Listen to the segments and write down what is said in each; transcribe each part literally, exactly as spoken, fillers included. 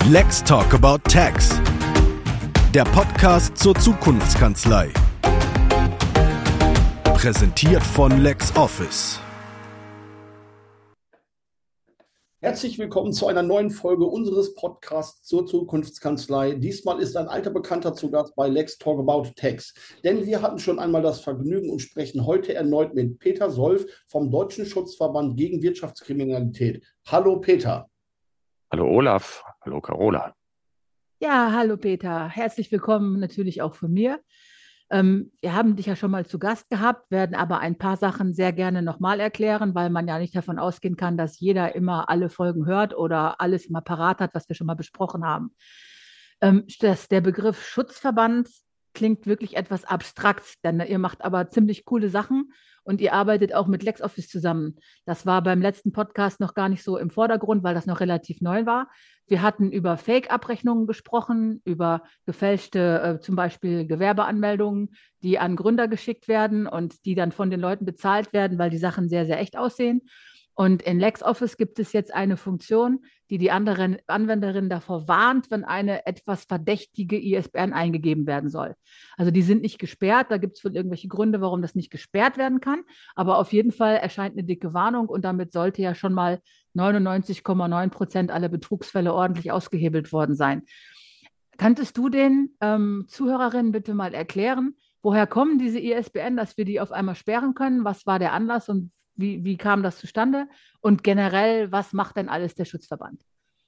Let's Talk About Tax. Der Podcast zur Zukunftskanzlei. Präsentiert von LexOffice. Herzlich willkommen zu einer neuen Folge unseres Podcasts zur Zukunftskanzlei. Diesmal ist ein alter Bekannter zu Gast bei Let's Talk About Tax. Denn wir hatten schon einmal das Vergnügen und sprechen heute erneut mit Peter Solf vom Deutschen Schutzverband gegen Wirtschaftskriminalität. Hallo Peter. Hallo Olaf, hallo Carola. Ja, hallo Peter, herzlich willkommen natürlich auch von mir. Ähm, wir haben dich ja schon mal zu Gast gehabt, werden aber ein paar Sachen sehr gerne nochmal erklären, weil man ja nicht davon ausgehen kann, dass jeder immer alle Folgen hört oder alles immer parat hat, was wir schon mal besprochen haben. Ähm, das, der Begriff Schutzverband klingt wirklich etwas abstrakt, denn ihr macht aber ziemlich coole Sachen und ihr arbeitet auch mit LexOffice zusammen. Das war beim letzten Podcast noch gar nicht so im Vordergrund, weil das noch relativ neu war. Wir hatten über Fake-Abrechnungen gesprochen, über gefälschte äh, zum Beispiel Gewerbeanmeldungen, die an Gründer geschickt werden und die dann von den Leuten bezahlt werden, weil die Sachen sehr, sehr echt aussehen. Und in LexOffice gibt es jetzt eine Funktion, die die anderen Anwenderinnen davor warnt, wenn eine etwas verdächtige I S B N eingegeben werden soll. Also die sind nicht gesperrt, da gibt es wohl irgendwelche Gründe, warum das nicht gesperrt werden kann. Aber auf jeden Fall erscheint eine dicke Warnung und damit sollte ja schon mal neunundneunzig Komma neun Prozent aller Betrugsfälle ordentlich ausgehebelt worden sein. Könntest du den ähm, Zuhörerinnen bitte mal erklären, woher kommen diese I S B N, dass wir die auf einmal sperren können? Was war der Anlass und Wie, wie kam das zustande? Und generell, was macht denn alles der Schutzverband?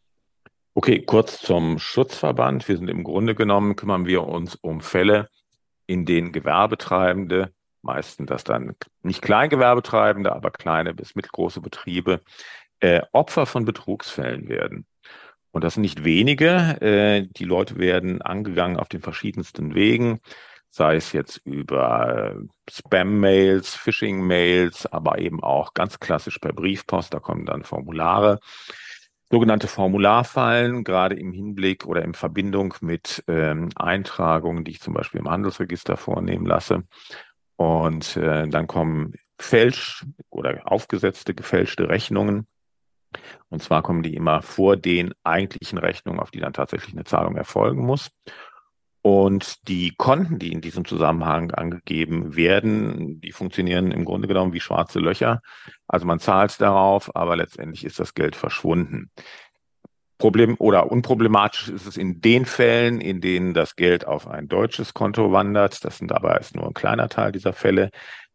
Okay, kurz zum Schutzverband. Wir sind im Grunde genommen, kümmern wir uns um Fälle, in denen Gewerbetreibende, meistens das dann nicht Kleingewerbetreibende, aber kleine bis mittelgroße Betriebe, äh, Opfer von Betrugsfällen werden. Und das sind nicht wenige. Äh, die Leute werden angegangen auf den verschiedensten Wegen, sei es jetzt über Spam-Mails, Phishing-Mails, aber eben auch ganz klassisch per Briefpost, da kommen dann Formulare, sogenannte Formularfallen, gerade im Hinblick oder in Verbindung mit ähm, Eintragungen, die ich zum Beispiel im Handelsregister vornehmen lasse. Und äh, dann kommen fälsch oder aufgesetzte, gefälschte Rechnungen. Und zwar kommen die immer vor den eigentlichen Rechnungen, auf die dann tatsächlich eine Zahlung erfolgen muss. Und die Konten, die in diesem Zusammenhang angegeben werden, die funktionieren im Grunde genommen wie schwarze Löcher. Also man zahlt darauf, aber letztendlich ist das Geld verschwunden. Problem oder unproblematisch ist es in den Fällen, in denen das Geld auf ein deutsches Konto wandert. Das sind aber ist nur ein kleiner Teil dieser Fälle.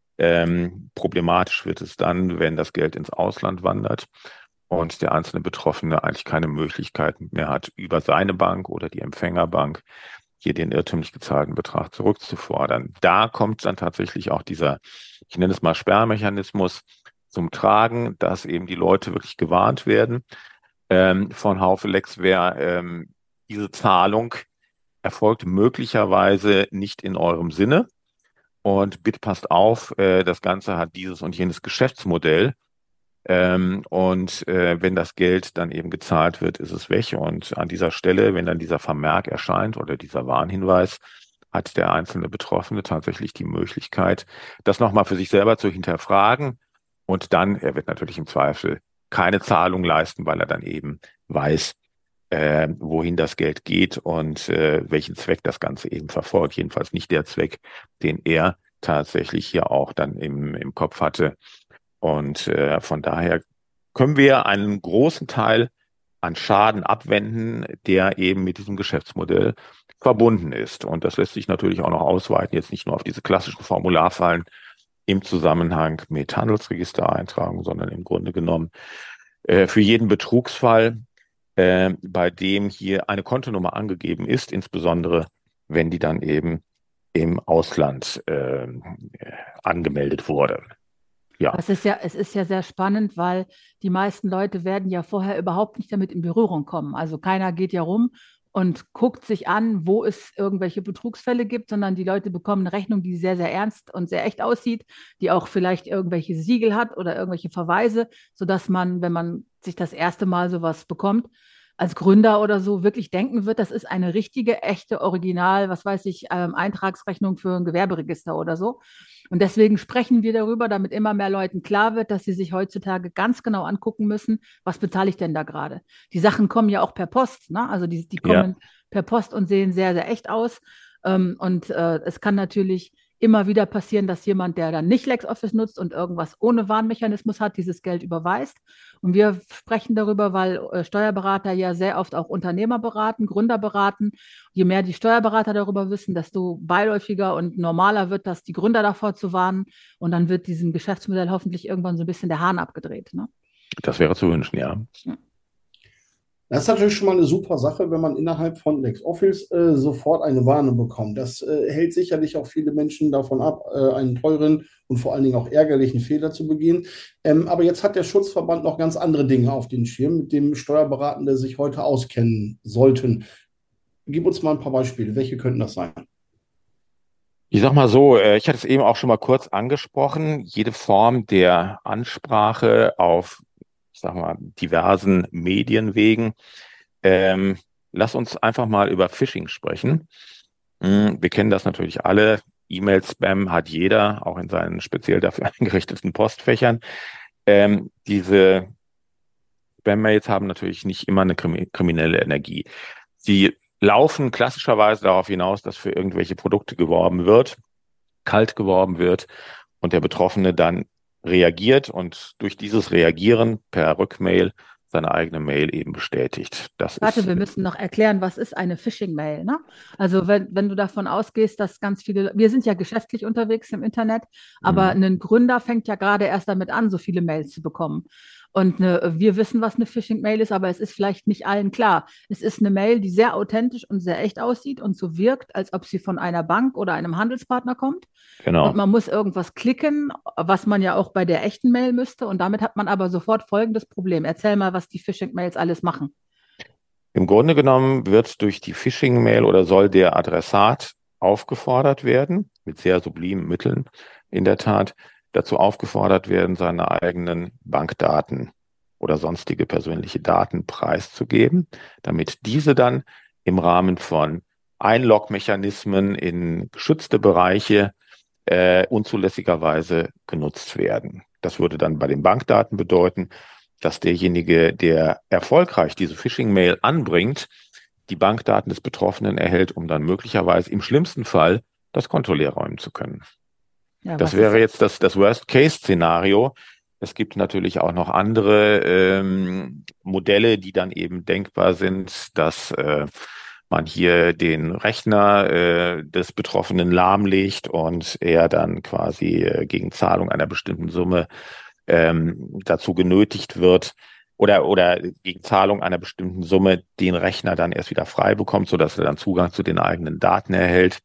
Ähm, problematisch wird es dann, wenn das Geld ins Ausland wandert und der einzelne Betroffene eigentlich keine Möglichkeit mehr hat, über seine Bank oder die Empfängerbank hier den irrtümlich gezahlten Betrag zurückzufordern. Da kommt dann tatsächlich auch dieser, ich nenne es mal Sperrmechanismus zum Tragen, dass eben die Leute wirklich gewarnt werden ähm, von Haufe Lex, wer ähm, diese Zahlung erfolgt möglicherweise nicht in eurem Sinne. Und bitte passt auf, äh, das Ganze hat dieses und jenes Geschäftsmodell. Ähm, und äh, wenn das Geld dann eben gezahlt wird, ist es weg. Und an dieser Stelle, wenn dann dieser Vermerk erscheint oder dieser Warnhinweis, hat der einzelne Betroffene tatsächlich die Möglichkeit, das nochmal für sich selber zu hinterfragen. Und dann, er wird natürlich im Zweifel keine Zahlung leisten, weil er dann eben weiß, äh, wohin das Geld geht und äh, welchen Zweck das Ganze eben verfolgt. Jedenfalls nicht der Zweck, den er tatsächlich hier auch dann im, im Kopf hatte. Und äh, von daher können wir einen großen Teil an Schaden abwenden, der eben mit diesem Geschäftsmodell verbunden ist. Und das lässt sich natürlich auch noch ausweiten, jetzt nicht nur auf diese klassischen Formularfallen im Zusammenhang mit Handelsregistereintragung, sondern im Grunde genommen äh, für jeden Betrugsfall, äh, bei dem hier eine Kontonummer angegeben ist, insbesondere wenn die dann eben im Ausland äh, angemeldet wurde. Ja. Es ist ja, es ist ja sehr spannend, weil die meisten Leute werden ja vorher überhaupt nicht damit in Berührung kommen. Also keiner geht ja rum und guckt sich an, wo es irgendwelche Betrugsfälle gibt, sondern die Leute bekommen eine Rechnung, die sehr, sehr ernst und sehr echt aussieht, die auch vielleicht irgendwelche Siegel hat oder irgendwelche Verweise, sodass man, wenn man sich das erste Mal sowas bekommt, als Gründer oder so wirklich denken wird, das ist eine richtige, echte, original, was weiß ich, ähm, Eintragsrechnung für ein Gewerberegister oder so. Und deswegen sprechen wir darüber, damit immer mehr Leuten klar wird, dass sie sich heutzutage ganz genau angucken müssen, was bezahle ich denn da gerade? Die Sachen kommen ja auch per Post, ne? Also die, die Ja, kommen per Post und sehen sehr, sehr echt aus. Ähm, und äh, es kann natürlich immer wieder passieren, dass jemand, der dann nicht LexOffice nutzt und irgendwas ohne Warnmechanismus hat, dieses Geld überweist. Und wir sprechen darüber, weil äh, Steuerberater ja sehr oft auch Unternehmer beraten, Gründer beraten. Je mehr die Steuerberater darüber wissen, desto beiläufiger und normaler wird das, die Gründer davor zu warnen. Und dann wird diesem Geschäftsmodell hoffentlich irgendwann so ein bisschen der Hahn abgedreht. Ne? das wäre zu wünschen, ja. Das ist natürlich schon mal eine super Sache, wenn man innerhalb von LexOffice äh, sofort eine Warnung bekommt. Das äh, hält sicherlich auch viele Menschen davon ab, äh, einen teuren und vor allen Dingen auch ärgerlichen Fehler zu begehen. Ähm, aber jetzt hat der Schutzverband noch ganz andere Dinge auf den Schirm, mit dem Steuerberatende sich heute auskennen sollten. Gib uns mal ein paar Beispiele. Welche könnten das sein? Ich sag mal so, äh, ich hatte es eben auch schon mal kurz angesprochen, jede Form der Ansprache auf, ich sag mal, diversen Medienwegen. Ähm, lass uns einfach mal über Phishing sprechen. Hm, Wir kennen das natürlich alle. E-Mail-Spam hat jeder, auch in seinen speziell dafür eingerichteten Postfächern. Ähm, diese Spam-Mails haben natürlich nicht immer eine krimi- kriminelle Energie. Sie laufen klassischerweise darauf hinaus, dass für irgendwelche Produkte geworben wird, kalt geworben wird und der Betroffene dann reagiert und durch dieses Reagieren per Rückmail seine eigene Mail eben bestätigt. Das Warte, ist, wir müssen noch erklären, was ist eine Phishing-Mail, ne? Also wenn, wenn du davon ausgehst, dass ganz viele, wir sind ja geschäftlich unterwegs im Internet, aber mh, ein Gründer fängt ja gerade erst damit an, so viele Mails zu bekommen. Und eine, wir wissen, was eine Phishing-Mail ist, aber es ist vielleicht nicht allen klar. Es ist eine Mail, die sehr authentisch und sehr echt aussieht und so wirkt, als ob sie von einer Bank oder einem Handelspartner kommt. Und genau. man muss irgendwas klicken, was man ja auch bei der echten Mail müsste. Und damit hat man aber sofort folgendes Problem. Erzähl mal, was die Phishing-Mails alles machen. Im Grunde genommen wird durch die Phishing-Mail oder soll der Adressat aufgefordert werden, mit sehr sublimen Mitteln in der Tat, dazu aufgefordert werden, seine eigenen Bankdaten oder sonstige persönliche Daten preiszugeben, damit diese dann im Rahmen von Einlog-Mechanismen in geschützte Bereiche äh, unzulässigerweise genutzt werden. Das würde dann bei den Bankdaten bedeuten, dass derjenige, der erfolgreich diese Phishing-Mail anbringt, die Bankdaten des Betroffenen erhält, um dann möglicherweise im schlimmsten Fall das Konto leer räumen zu können. Ja, Das was ist wäre jetzt das, das Worst-Case-Szenario. Es gibt natürlich auch noch andere ähm, Modelle, die dann eben denkbar sind, dass äh, man hier den Rechner äh, des Betroffenen lahmlegt und er dann quasi äh, gegen Zahlung einer bestimmten Summe ähm, dazu genötigt wird oder, oder gegen Zahlung einer bestimmten Summe den Rechner dann erst wieder frei bekommt, sodass er dann Zugang zu den eigenen Daten erhält.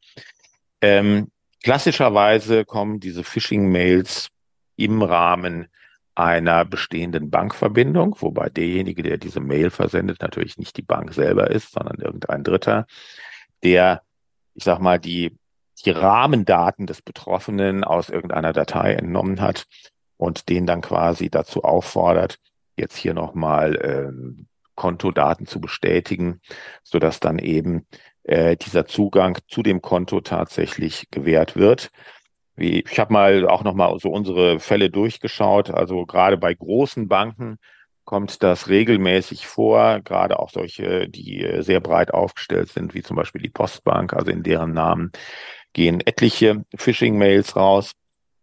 Ähm, klassischerweise kommen diese Phishing-Mails im Rahmen einer bestehenden Bankverbindung, wobei derjenige, der diese Mail versendet, natürlich nicht die Bank selber ist, sondern irgendein Dritter, der, ich sag mal, die, die Rahmendaten des Betroffenen aus irgendeiner Datei entnommen hat und den dann quasi dazu auffordert, jetzt hier nochmal ähm, Kontodaten zu bestätigen, sodass dann eben äh, dieser Zugang zu dem Konto tatsächlich gewährt wird. Wie, ich habe mal auch nochmal so unsere Fälle durchgeschaut. Also gerade bei großen Banken kommt das regelmäßig vor, gerade auch solche, die äh, sehr breit aufgestellt sind, wie zum Beispiel die Postbank, also in deren Namen gehen etliche Phishing-Mails raus.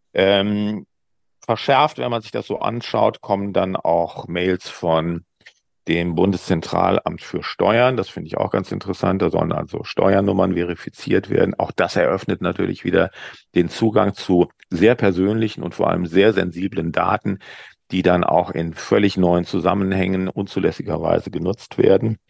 Ähm, verschärft, wenn man sich das so anschaut, kommen dann auch Mails von dem Bundeszentralamt für Steuern. Das finde ich auch ganz interessant. Da sollen also Steuernummern verifiziert werden. Auch das eröffnet natürlich wieder den Zugang zu sehr persönlichen und vor allem sehr sensiblen Daten, die dann auch in völlig neuen Zusammenhängen unzulässigerweise genutzt werden.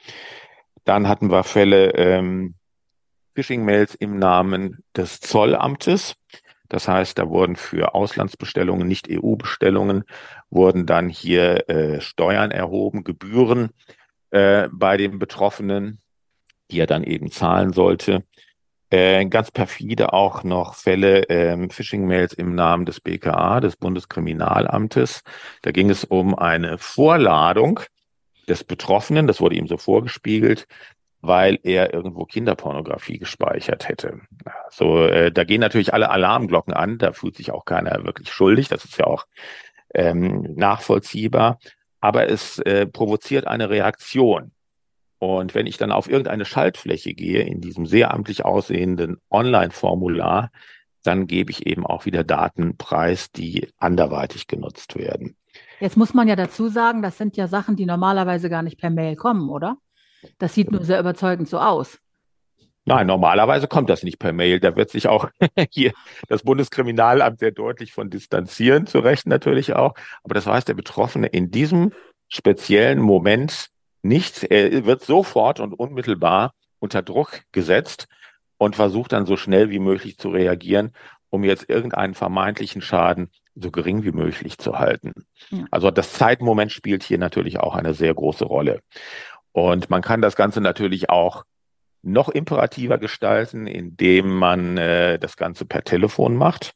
Dann hatten wir Fälle, ähm, Phishing-Mails im Namen des Zollamtes. Das heißt, da wurden für Auslandsbestellungen, nicht E U-Bestellungen, wurden dann hier äh, Steuern erhoben, Gebühren äh, bei dem Betroffenen, die er dann eben zahlen sollte. Äh, ganz perfide auch noch Fälle, ähm, Phishing-Mails im Namen des B K A, des Bundeskriminalamtes. Da ging es um eine Vorladung des Betroffenen, das wurde ihm so vorgespiegelt, weil er irgendwo Kinderpornografie gespeichert hätte. Also äh, da gehen natürlich alle Alarmglocken an, da fühlt sich auch keiner wirklich schuldig, das ist ja auch ähm, nachvollziehbar, aber es äh, provoziert eine Reaktion. Und wenn ich dann auf irgendeine Schaltfläche gehe, in diesem sehr amtlich aussehenden Online-Formular, dann gebe ich eben auch wieder Daten preis, die anderweitig genutzt werden. Jetzt muss man ja dazu sagen, das sind ja Sachen, die normalerweise gar nicht per Mail kommen, oder? Das sieht nur sehr überzeugend so aus. Nein, normalerweise kommt das nicht per Mail. Da wird sich auch hier das Bundeskriminalamt sehr deutlich von distanzieren, zu Recht natürlich auch. Aber das weiß der Betroffene in diesem speziellen Moment nicht. Er wird sofort und unmittelbar unter Druck gesetzt und versucht dann so schnell wie möglich zu reagieren, um jetzt irgendeinen vermeintlichen Schaden so gering wie möglich zu halten. Ja. Also das Zeitmoment spielt hier natürlich auch eine sehr große Rolle. Und man kann das Ganze natürlich auch noch imperativer gestalten, indem man äh, das Ganze per Telefon macht.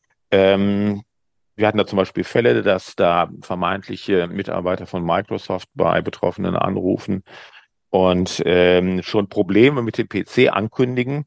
Ähm, wir hatten da zum Beispiel Fälle, dass da vermeintliche Mitarbeiter von Microsoft bei Betroffenen anrufen und ähm, schon Probleme mit dem P C ankündigen.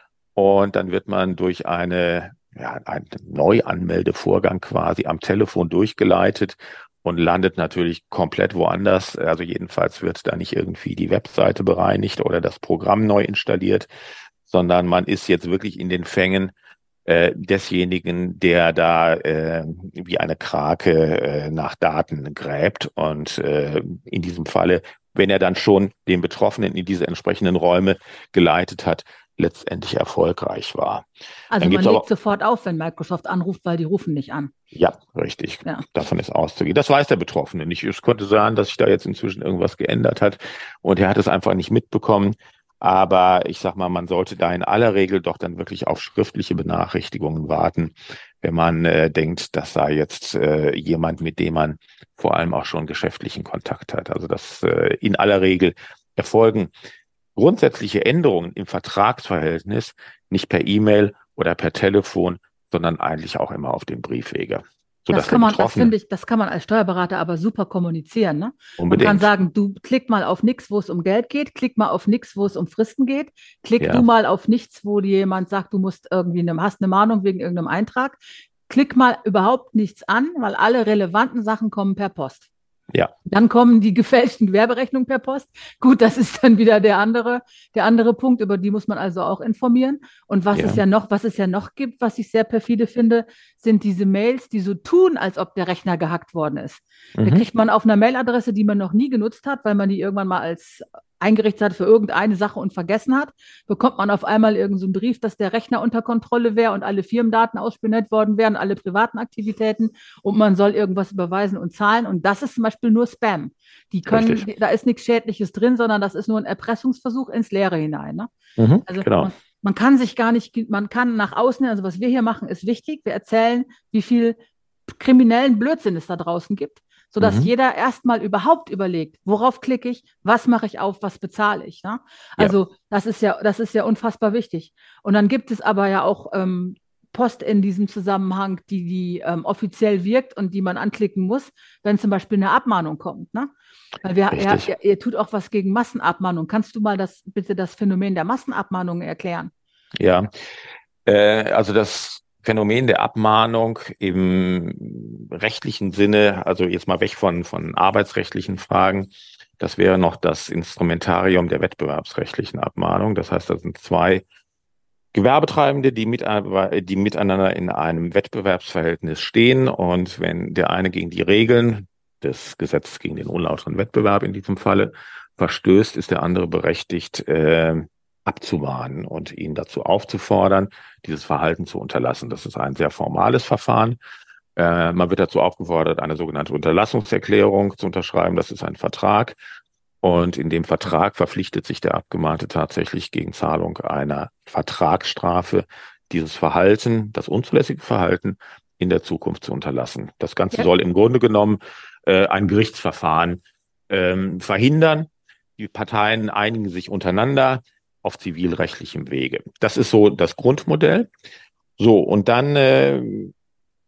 Und dann wird man durch eine, ja, einen Neuanmeldevorgang quasi am Telefon durchgeleitet und landet natürlich komplett woanders. Also jedenfalls wird da nicht irgendwie die Webseite bereinigt oder das Programm neu installiert, sondern man ist jetzt wirklich in den Fängen äh, desjenigen, der da äh, wie eine Krake äh, nach Daten gräbt. Und äh, in diesem Falle, wenn er dann schon den Betroffenen in diese entsprechenden Räume geleitet hat, letztendlich erfolgreich war. Also man legt sofort auf, wenn Microsoft anruft, weil die rufen nicht an. Ja, richtig. Ja. Davon ist auszugehen. Das weiß der Betroffene nicht. Es konnte sein, dass sich da jetzt inzwischen irgendwas geändert hat und er hat es einfach nicht mitbekommen. Aber ich sag mal, man sollte da in aller Regel doch dann wirklich auf schriftliche Benachrichtigungen warten, wenn man äh, denkt, das sei jetzt äh, jemand, mit dem man vor allem auch schon geschäftlichen Kontakt hat. Also das äh, in aller Regel erfolgen grundsätzliche Änderungen im Vertragsverhältnis nicht per E-Mail oder per Telefon, sondern eigentlich auch immer auf dem Briefwege. Das kann man, das finde ich, das kann man als Steuerberater aber super kommunizieren, ne? Unbedingt. Man kann sagen, du klick mal auf nichts, wo es um Geld geht, klick mal auf nichts, wo es um Fristen geht, klick Ja. du mal auf nichts, wo dir jemand sagt, du musst irgendwie eine, hast eine Mahnung wegen irgendeinem Eintrag, klick mal überhaupt nichts an, weil alle relevanten Sachen kommen per Post. Ja. Dann kommen die gefälschten Gewerberechnungen per Post. Gut, das ist dann wieder der andere, der andere Punkt, über die muss man also auch informieren. Und was Ja. es ja noch, was es ja noch gibt, was ich sehr perfide finde, sind diese Mails, die so tun, als ob der Rechner gehackt worden ist. Mhm. Da kriegt man auf einer Mailadresse, die man noch nie genutzt hat, weil man die irgendwann mal als eingerichtet hat für irgendeine Sache und vergessen hat, bekommt man auf einmal irgendeinen so einen Brief, dass der Rechner unter Kontrolle wäre und alle Firmendaten ausspioniert worden wären, alle privaten Aktivitäten und man soll irgendwas überweisen und zahlen. Und das ist zum Beispiel nur Spam. Die können, Richtig. da ist nichts Schädliches drin, sondern das ist nur ein Erpressungsversuch ins Leere hinein. Ne? Mhm. Also Genau. man, man kann sich gar nicht, man kann nach außen, also was wir hier machen, ist wichtig. Wir erzählen, wie viel kriminellen Blödsinn es da draußen gibt, sodass Mhm. jeder erstmal überhaupt überlegt, worauf klicke ich, was mache ich auf, was bezahle ich. Ne? Also ja. das ist ja, das ist ja unfassbar wichtig. Und dann gibt es aber ja auch ähm, Post in diesem Zusammenhang, die, die ähm, offiziell wirkt und die man anklicken muss, wenn zum Beispiel eine Abmahnung kommt. Ne? Weil wir, ja, ihr, ihr tut auch was gegen Massenabmahnung. Kannst du mal das bitte das Phänomen der Massenabmahnung erklären? Ja, äh, also das Phänomen der Abmahnung im rechtlichen Sinne, also jetzt mal weg von, von arbeitsrechtlichen Fragen, das wäre noch das Instrumentarium der wettbewerbsrechtlichen Abmahnung. Das heißt, das sind zwei Gewerbetreibende, die, mit, die miteinander in einem Wettbewerbsverhältnis stehen. Und wenn der eine gegen die Regeln des Gesetzes gegen den unlauteren Wettbewerb in diesem Falle verstößt, ist der andere berechtigt, äh, abzumahnen und ihn dazu aufzufordern, dieses Verhalten zu unterlassen. Das ist ein sehr formales Verfahren. Äh, man wird dazu aufgefordert, eine sogenannte Unterlassungserklärung zu unterschreiben. Das ist ein Vertrag. Und in dem Vertrag verpflichtet sich der Abgemahnte tatsächlich gegen Zahlung einer Vertragsstrafe, dieses Verhalten, das unzulässige Verhalten, in der Zukunft zu unterlassen. Das Ganze ja. soll im Grunde genommen äh, ein Gerichtsverfahren ähm, verhindern. Die Parteien einigen sich untereinander auf zivilrechtlichem Wege. Das ist so das Grundmodell. So, und dann äh,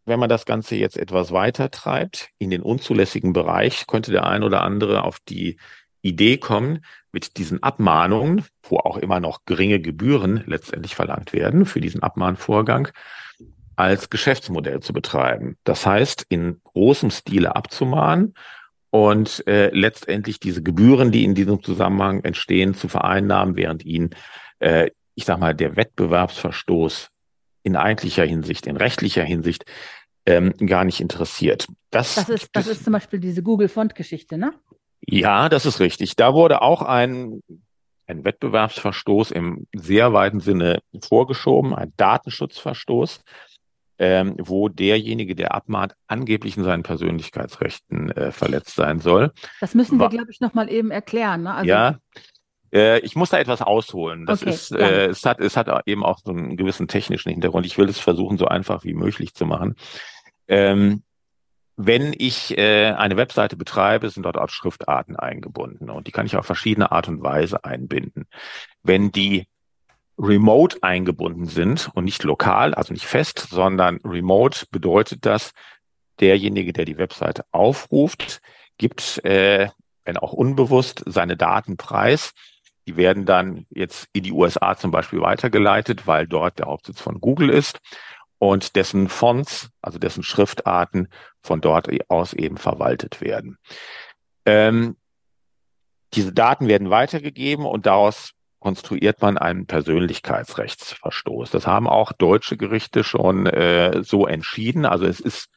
wenn man das Ganze jetzt etwas weiter treibt, in den unzulässigen Bereich, könnte der ein oder andere auf die Idee kommen, mit diesen Abmahnungen, wo auch immer noch geringe Gebühren letztendlich verlangt werden für diesen Abmahnvorgang, als Geschäftsmodell zu betreiben. Das heißt, in großem Stile abzumahnen und äh, letztendlich diese Gebühren, die in diesem Zusammenhang entstehen, zu vereinnahmen, während ihnen, äh, ich sag mal, der Wettbewerbsverstoß in eigentlicher Hinsicht, in rechtlicher Hinsicht ähm, gar nicht interessiert. Das, Das ist, das ist zum Beispiel diese Google-Font-Geschichte, ne? Ja, das ist richtig. Da wurde auch ein, ein Wettbewerbsverstoß im sehr weiten Sinne vorgeschoben, ein Datenschutzverstoß, ähm, wo derjenige, der abmahnt, angeblich in seinen Persönlichkeitsrechten äh, verletzt sein soll. Das müssen wir, Wa- glaube ich, nochmal eben erklären, ne? Also, Ja, äh, ich muss da etwas ausholen. Das okay, ist, gerne. äh, es hat, es hat eben auch so einen gewissen technischen Hintergrund. Ich will es versuchen, so einfach wie möglich zu machen. Ähm, Wenn ich äh, eine Webseite betreibe, sind dort auch Schriftarten eingebunden und die kann ich auf verschiedene Art und Weise einbinden. Wenn die remote eingebunden sind und nicht lokal, also nicht fest, sondern remote, bedeutet das, derjenige, der die Webseite aufruft, gibt, äh, wenn auch unbewusst, seine Daten preis. Die werden dann jetzt in die U S A zum Beispiel weitergeleitet, weil dort der Hauptsitz von Google ist und dessen Fonts, also dessen Schriftarten von dort aus eben verwaltet werden. Ähm, diese Daten werden weitergegeben und daraus konstruiert man einen Persönlichkeitsrechtsverstoß. Das haben auch deutsche Gerichte schon äh, so entschieden. Also es ist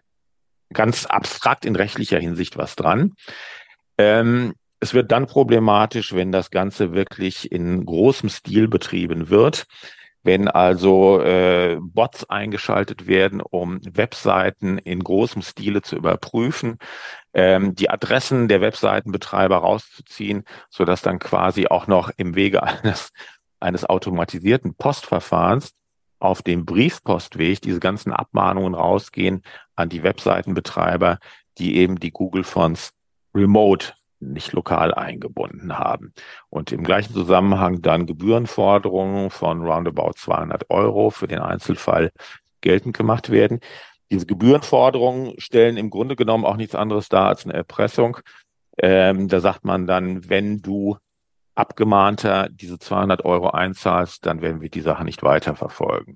ganz abstrakt in rechtlicher Hinsicht was dran. Ähm, es wird dann problematisch, wenn das Ganze wirklich in großem Stil betrieben wird. Wenn also äh, Bots eingeschaltet werden, um Webseiten in großem Stile zu überprüfen, ähm, die Adressen der Webseitenbetreiber rauszuziehen, sodass dann quasi auch noch im Wege eines, eines automatisierten Postverfahrens auf dem Briefpostweg diese ganzen Abmahnungen rausgehen an die Webseitenbetreiber, die eben die Google-Fonts remote, nicht lokal eingebunden haben. Und im gleichen Zusammenhang dann Gebührenforderungen von roundabout zweihundert Euro für den Einzelfall geltend gemacht werden. Diese Gebührenforderungen stellen im Grunde genommen auch nichts anderes dar als eine Erpressung. Ähm, da sagt man dann, wenn du Abgemahnter diese zweihundert Euro einzahlst, dann werden wir die Sache nicht weiterverfolgen.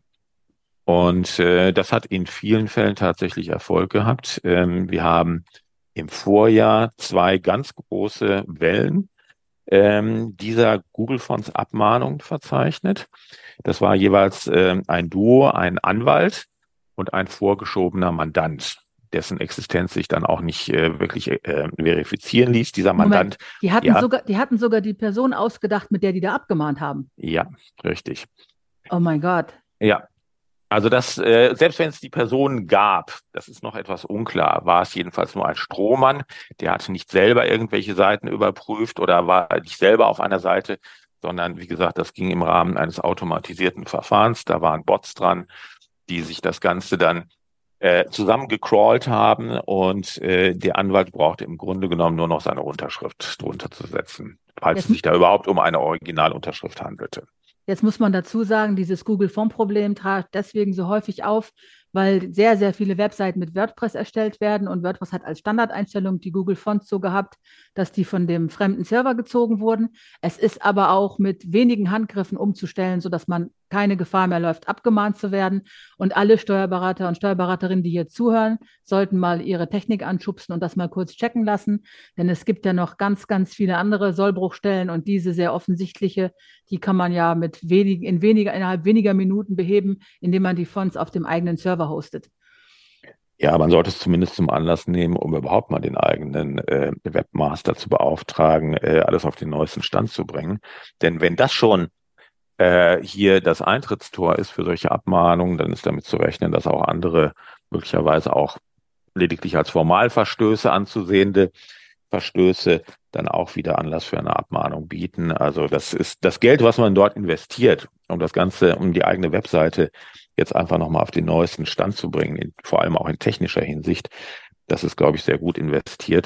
Und äh, das hat in vielen Fällen tatsächlich Erfolg gehabt. Ähm, wir haben im Vorjahr zwei ganz große Wellen ähm, dieser Google-Fonts Abmahnungen verzeichnet. Das war jeweils ähm, ein Duo, ein Anwalt und ein vorgeschobener Mandant, dessen Existenz sich dann auch nicht äh, wirklich äh, verifizieren ließ. Dieser Mandant, Moment, die hatten ja, sogar, die hatten sogar die Person ausgedacht, mit der die da abgemahnt haben. ja, richtig. Oh mein Gott. Ja, also das, äh, selbst wenn es die Person gab, das ist noch etwas unklar, war es jedenfalls nur ein Strohmann, der hatte nicht selber irgendwelche Seiten überprüft oder war nicht selber auf einer Seite, sondern wie gesagt, das ging im Rahmen eines automatisierten Verfahrens. Da waren Bots dran, die sich das Ganze dann äh, zusammengecrawlt haben und äh, der Anwalt brauchte im Grunde genommen nur noch seine Unterschrift drunter zu setzen, falls es Jetzt, sich da überhaupt um eine Originalunterschrift handelte. jetzt muss man dazu sagen, dieses Google-Font-Problem trat deswegen so häufig auf, weil sehr, sehr viele Webseiten mit WordPress erstellt werden und WordPress hat als Standardeinstellung die Google-Fonts so gehabt, dass die von dem fremden Server gezogen wurden. Es ist aber auch mit wenigen Handgriffen umzustellen, sodass man keine Gefahr mehr läuft, abgemahnt zu werden. Und alle Steuerberater und Steuerberaterinnen, die hier zuhören, sollten mal ihre Technik anschubsen und das mal kurz checken lassen. Denn es gibt ja noch ganz, ganz viele andere Sollbruchstellen und diese sehr offensichtliche, die kann man ja mit wenig, in weniger, innerhalb weniger Minuten beheben, indem man die Fonts auf dem eigenen Server hostet. Ja, man sollte es zumindest zum Anlass nehmen, um überhaupt mal den eigenen äh, Webmaster zu beauftragen, äh, alles auf den neuesten Stand zu bringen. Denn wenn das schon äh, hier das Eintrittstor ist für solche Abmahnungen, dann ist damit zu rechnen, dass auch andere möglicherweise auch lediglich als Formalverstöße anzusehende Verstöße dann auch wieder Anlass für eine Abmahnung bieten. Also das ist das Geld, was man dort investiert, um das Ganze, um die eigene Webseite jetzt einfach nochmal auf den neuesten Stand zu bringen, in, vor allem auch in technischer Hinsicht. Das ist, glaube ich, sehr gut investiert.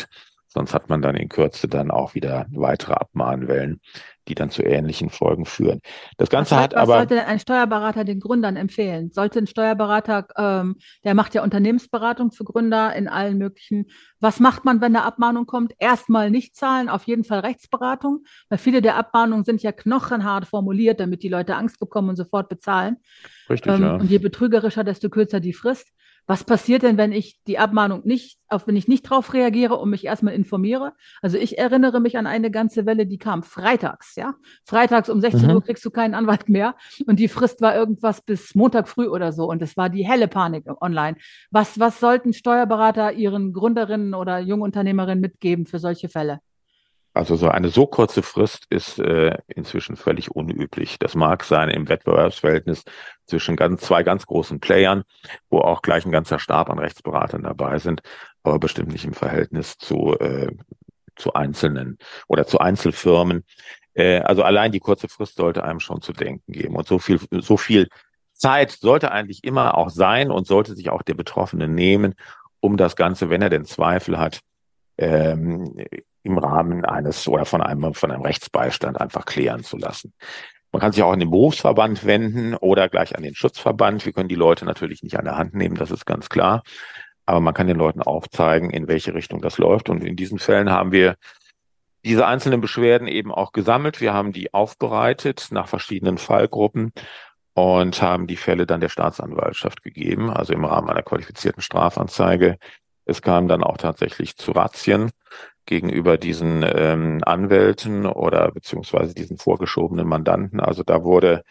Sonst hat man dann in Kürze dann auch wieder weitere Abmahnwellen, die dann zu ähnlichen Folgen führen. Das Ganze was, hat was aber... sollte denn ein Steuerberater den Gründern empfehlen? Sollte ein Steuerberater, ähm, der macht ja Unternehmensberatung für Gründer in allen möglichen. Was macht man, wenn eine Abmahnung kommt? Erstmal nicht zahlen, auf jeden Fall Rechtsberatung, weil viele der Abmahnungen sind ja knochenhart formuliert, damit die Leute Angst bekommen und sofort bezahlen. Richtig, Ähm, ja. und je betrügerischer, desto kürzer die Frist. Was passiert denn, wenn ich die Abmahnung nicht, auf wenn ich nicht drauf reagiere und mich erstmal informiere? Also ich erinnere mich an eine ganze Welle, die kam freitags, ja. Freitags um sechzehn Mhm. Uhr kriegst du keinen Anwalt mehr und die Frist war irgendwas bis Montag früh oder so und es war die helle Panik online. Was, was sollten Steuerberater ihren Gründerinnen oder Jungunternehmerinnen mitgeben für solche Fälle? Also so eine so kurze Frist ist äh, inzwischen völlig unüblich. Das mag sein im Wettbewerbsverhältnis zwischen ganz, zwei ganz großen Playern, wo auch gleich ein ganzer Stab an Rechtsberatern dabei sind, aber bestimmt nicht im Verhältnis zu, äh, zu Einzelnen oder zu Einzelfirmen. Äh, also allein die kurze Frist sollte einem schon zu denken geben. Und so viel, so viel Zeit sollte eigentlich immer auch sein und sollte sich auch der Betroffene nehmen, um das Ganze, wenn er den Zweifel hat, ähm, im Rahmen eines oder von einem, von einem Rechtsbeistand einfach klären zu lassen. Man kann sich auch an den Berufsverband wenden oder gleich an den Schutzverband. Wir können die Leute natürlich nicht an der Hand nehmen, das ist ganz klar. Aber man kann den Leuten aufzeigen, in welche Richtung das läuft. Und in diesen Fällen haben wir diese einzelnen Beschwerden eben auch gesammelt. Wir haben die aufbereitet nach verschiedenen Fallgruppen und haben die Fälle dann der Staatsanwaltschaft gegeben, also im Rahmen einer qualifizierten Strafanzeige. Es kam dann auch tatsächlich zu Razzien gegenüber diesen ähm, Anwälten oder beziehungsweise diesen vorgeschobenen Mandanten. Also da wurde,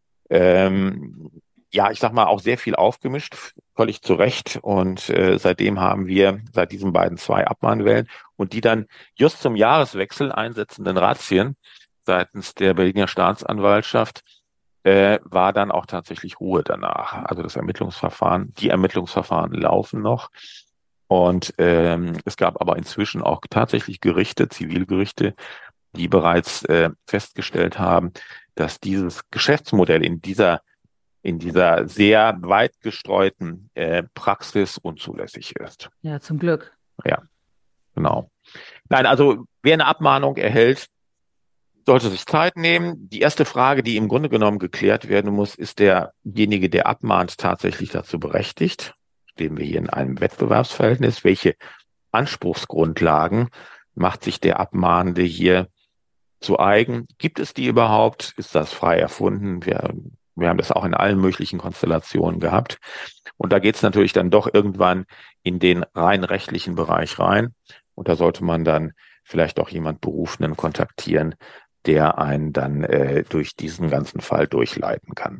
ähm, ja, ich sag mal, auch sehr viel aufgemischt, völlig zu Recht. Und äh, seitdem haben wir seit diesen beiden zwei Abmahnwellen und die dann just zum Jahreswechsel einsetzenden Razzien seitens der Berliner Staatsanwaltschaft äh, war dann auch tatsächlich Ruhe danach. Also das Ermittlungsverfahren, die Ermittlungsverfahren laufen noch. Und ähm, es gab aber inzwischen auch tatsächlich Gerichte, Zivilgerichte, die bereits äh, festgestellt haben, dass dieses Geschäftsmodell in dieser in dieser sehr weit gestreuten äh, Praxis unzulässig ist. Ja, zum Glück. Ja, genau. Nein, also wer eine Abmahnung erhält, sollte sich Zeit nehmen. Die erste Frage, die im Grunde genommen geklärt werden muss, ist derjenige, der abmahnt, tatsächlich dazu berechtigt? Stehen wir hier in einem Wettbewerbsverhältnis? Welche Anspruchsgrundlagen macht sich der Abmahnende hier zu eigen? Gibt es die überhaupt? Ist das frei erfunden? Wir, wir haben das auch in allen möglichen Konstellationen gehabt. Und da geht es natürlich dann doch irgendwann in den rein rechtlichen Bereich rein. Und da sollte man dann vielleicht auch jemand Berufenen kontaktieren, der einen dann äh, durch diesen ganzen Fall durchleiten kann.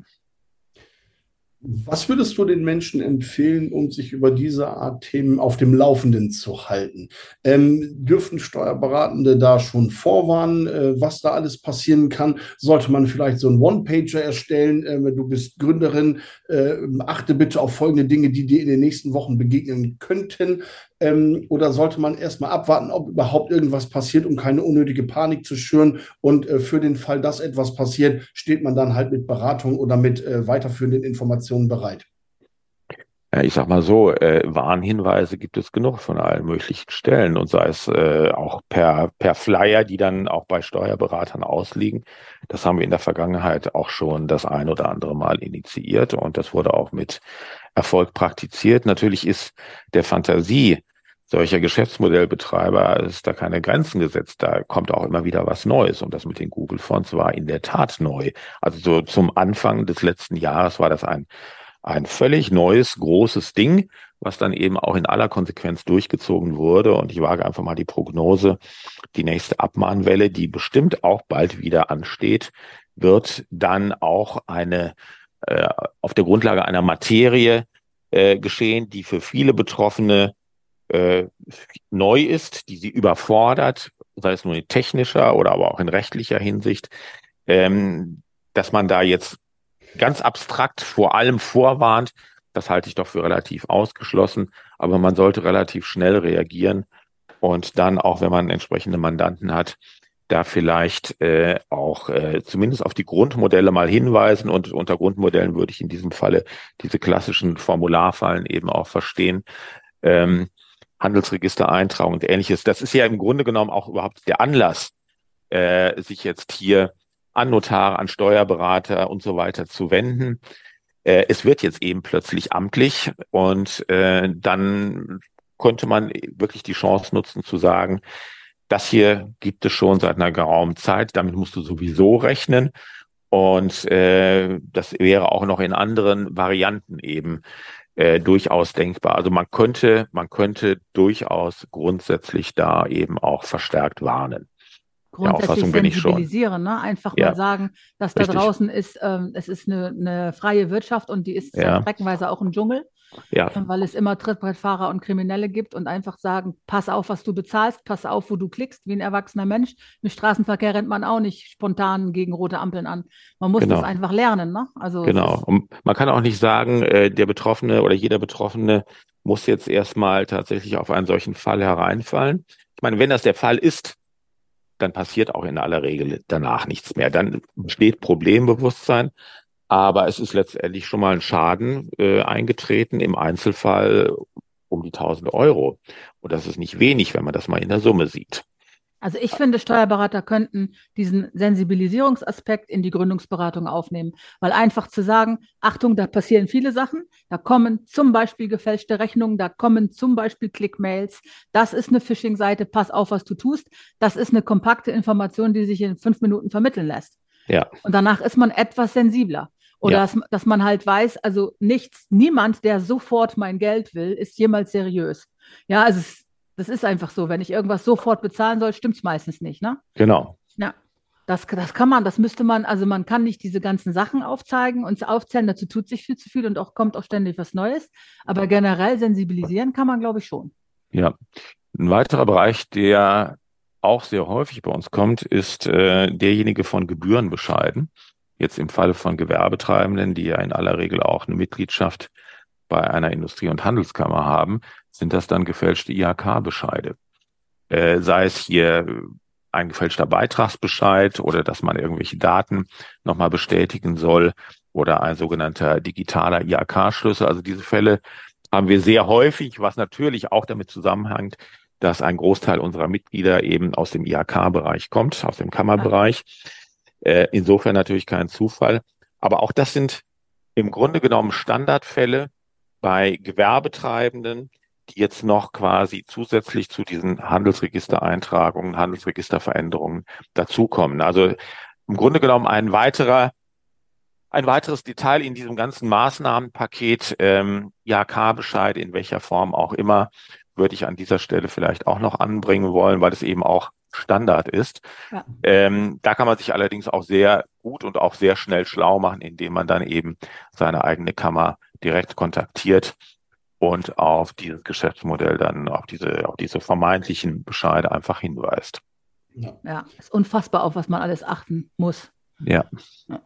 Was würdest du den Menschen empfehlen, um sich über diese Art Themen auf dem Laufenden zu halten? Ähm, dürfen Steuerberatende da schon vorwarnen, äh, was da alles passieren kann? Sollte man vielleicht so einen One-Pager erstellen, äh, wenn du bist Gründerin, äh, achte bitte auf folgende Dinge, die dir in den nächsten Wochen begegnen könnten? Ähm, oder sollte man erstmal abwarten, ob überhaupt irgendwas passiert, um keine unnötige Panik zu schüren? Und äh, für den Fall, dass etwas passiert, steht man dann halt mit Beratung oder mit äh, weiterführenden Informationen bereit? Ja, ich sag mal so, äh, Warnhinweise gibt es genug von allen möglichen Stellen und sei es äh, auch per, per Flyer, die dann auch bei Steuerberatern ausliegen. Das haben wir in der Vergangenheit auch schon das ein oder andere Mal initiiert und das wurde auch mit Erfolg praktiziert. Natürlich ist der Fantasie solcher Geschäftsmodellbetreiber, ist da keine Grenzen gesetzt. Da kommt auch immer wieder was Neues. Und das mit den Google-Fonds war in der Tat neu. Also so zum Anfang des letzten Jahres war das ein, ein völlig neues, großes Ding, was dann eben auch in aller Konsequenz durchgezogen wurde. Und ich wage einfach mal die Prognose, die nächste Abmahnwelle, die bestimmt auch bald wieder ansteht, wird dann auch eine äh, auf der Grundlage einer Materie äh, geschehen, die für viele Betroffene äh, neu ist, die sie überfordert, sei es nur in technischer oder aber auch in rechtlicher Hinsicht, ähm, dass man da jetzt ganz abstrakt vor allem vorwarnt, das halte ich doch für relativ ausgeschlossen, aber man sollte relativ schnell reagieren und dann auch, wenn man entsprechende Mandanten hat, da vielleicht äh, auch äh, zumindest auf die Grundmodelle mal hinweisen und unter Grundmodellen würde ich in diesem Falle diese klassischen Formularfallen eben auch verstehen, ähm, Handelsregistereintragung und Ähnliches. Das ist ja im Grunde genommen auch überhaupt der Anlass, äh, sich jetzt hier an Notare, an Steuerberater und so weiter zu wenden. Äh, es wird jetzt eben plötzlich amtlich und äh, dann konnte man wirklich die Chance nutzen zu sagen, das hier gibt es schon seit einer geraumen Zeit, damit musst du sowieso rechnen. Und äh, das wäre auch noch in anderen Varianten eben äh, durchaus denkbar. Also man könnte, man könnte durchaus grundsätzlich da eben auch verstärkt warnen. Grundsätzlich bin ich schon. sensibilisieren, ne? Einfach Ja, mal sagen, dass da richtig. draußen ist, ähm, es ist eine, eine freie Wirtschaft und die ist Ja. streckenweise auch ein Dschungel, Ja, weil es immer Trittbrettfahrer und Kriminelle gibt und einfach sagen, pass auf, was du bezahlst, pass auf, wo du klickst, wie ein erwachsener Mensch. Im Straßenverkehr rennt man auch nicht spontan gegen rote Ampeln an. Man muss Genau. das einfach lernen, ne? Also es genau. ist, Und man kann auch nicht sagen, äh, der Betroffene oder jeder Betroffene muss jetzt erstmal tatsächlich auf einen solchen Fall hereinfallen. Ich meine, wenn das der Fall ist, dann passiert auch in aller Regel danach nichts mehr. Dann besteht Problembewusstsein, aber es ist letztendlich schon mal ein Schaden äh, eingetreten, im Einzelfall um die tausend Euro. Und das ist nicht wenig, wenn man das mal in der Summe sieht. Also ich finde, Steuerberater könnten diesen Sensibilisierungsaspekt in die Gründungsberatung aufnehmen, weil einfach zu sagen, Achtung, da passieren viele Sachen, da kommen zum Beispiel gefälschte Rechnungen, da kommen zum Beispiel Clickmails, das ist eine Phishing-Seite, pass auf, was du tust, das ist eine kompakte Information, die sich in fünf Minuten vermitteln lässt. Ja. Und danach ist man etwas sensibler. Oder Ja. dass, dass man halt weiß, also nichts, niemand, der sofort mein Geld will, ist jemals seriös. Ja, also es Das ist einfach so. Wenn ich irgendwas sofort bezahlen soll, stimmt es meistens nicht, ne? Genau. Ja, das, das kann man, das müsste man, also man kann nicht diese ganzen Sachen aufzeigen und aufzählen, dazu tut sich viel zu viel und auch kommt auch ständig was Neues. Aber generell sensibilisieren kann man, glaube ich, schon. Ja. Ein weiterer Bereich, der auch sehr häufig bei uns kommt, ist äh, derjenige von Gebührenbescheiden. Jetzt im Falle von Gewerbetreibenden, die ja in aller Regel auch eine Mitgliedschaft bei einer Industrie- und Handelskammer haben, sind das dann gefälschte I H K-Bescheide. Äh, sei es hier ein gefälschter Beitragsbescheid oder dass man irgendwelche Daten nochmal bestätigen soll oder ein sogenannter digitaler I H K-Schlüssel. Also diese Fälle haben wir sehr häufig, was natürlich auch damit zusammenhängt, dass ein Großteil unserer Mitglieder eben aus dem I H K-Bereich kommt, aus dem Kammerbereich. Äh, insofern natürlich kein Zufall. Aber auch das sind im Grunde genommen Standardfälle bei Gewerbetreibenden, die jetzt noch quasi zusätzlich zu diesen Handelsregistereintragungen, Handelsregisterveränderungen dazukommen. Also im Grunde genommen ein weiterer, ein weiteres Detail in diesem ganzen Maßnahmenpaket, ähm, I H K-Bescheide in welcher Form auch immer, würde ich an dieser Stelle vielleicht auch noch anbringen wollen, weil es eben auch Standard ist. Ja. Ähm, da kann man sich allerdings auch sehr gut und auch sehr schnell schlau machen, indem man dann eben seine eigene Kammer direkt kontaktiert und auf dieses Geschäftsmodell dann, auf diese, auf diese vermeintlichen Bescheide einfach hinweist. Ja, ja, ist unfassbar, auf was man alles achten muss. Ja. Ja.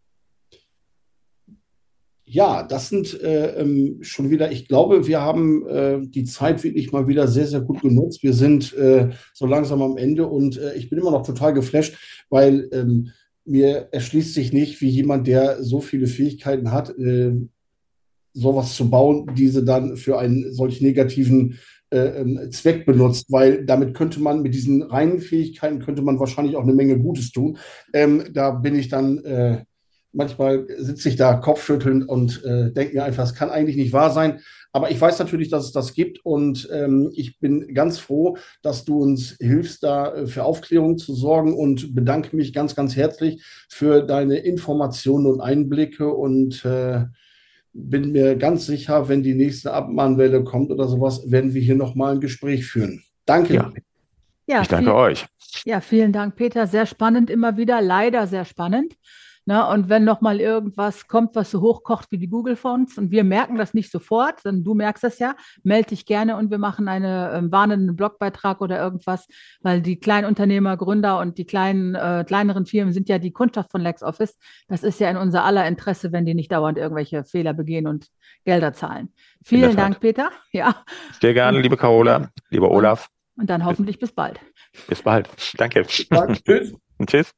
Ja, das sind äh, ähm, schon wieder, ich glaube, wir haben äh, die Zeit wirklich mal wieder sehr, sehr gut genutzt. Wir sind äh, so langsam am Ende und äh, ich bin immer noch total geflasht, weil ähm, mir erschließt sich nicht, wie jemand, der so viele Fähigkeiten hat, äh, sowas zu bauen, diese dann für einen solch negativen äh, Zweck benutzt, weil damit könnte man mit diesen reinen Fähigkeiten könnte man wahrscheinlich auch eine Menge Gutes tun. Ähm, da bin ich dann äh, Manchmal sitze ich da kopfschüttelnd und äh, denke mir einfach, es kann eigentlich nicht wahr sein. Aber ich weiß natürlich, dass es das gibt und ähm, ich bin ganz froh, dass du uns hilfst, da äh, für Aufklärung zu sorgen und bedanke mich ganz, ganz herzlich für deine Informationen und Einblicke und äh, bin mir ganz sicher, wenn die nächste Abmahnwelle kommt oder sowas, werden wir hier nochmal ein Gespräch führen. Danke. Ja. Ja, ich danke viel, euch. Ja, vielen Dank, Peter. Sehr spannend immer wieder, leider sehr spannend. Na, und wenn noch mal irgendwas kommt, was so hochkocht wie die Google-Fonts und wir merken das nicht sofort, dann du merkst das ja, melde dich gerne und wir machen einen ähm, warnenden Blogbeitrag oder irgendwas, weil die Kleinunternehmer, Gründer und die kleinen, äh, kleineren Firmen sind ja die Kundschaft von LexOffice. Das ist ja in unser aller Interesse, wenn die nicht dauernd irgendwelche Fehler begehen und Gelder zahlen. Vielen Dank, Peter. Ja. Sehr gerne, und, liebe Carola, lieber Olaf. Und, und dann hoffentlich bis, bis bald. Bis bald. Danke. Danke. Tschüss. Und tschüss.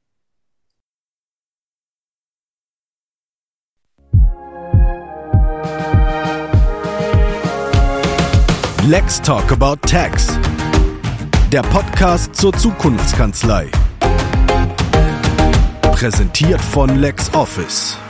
Let's Talk About Tax. Der Podcast zur Zukunftskanzlei. Präsentiert von LexOffice.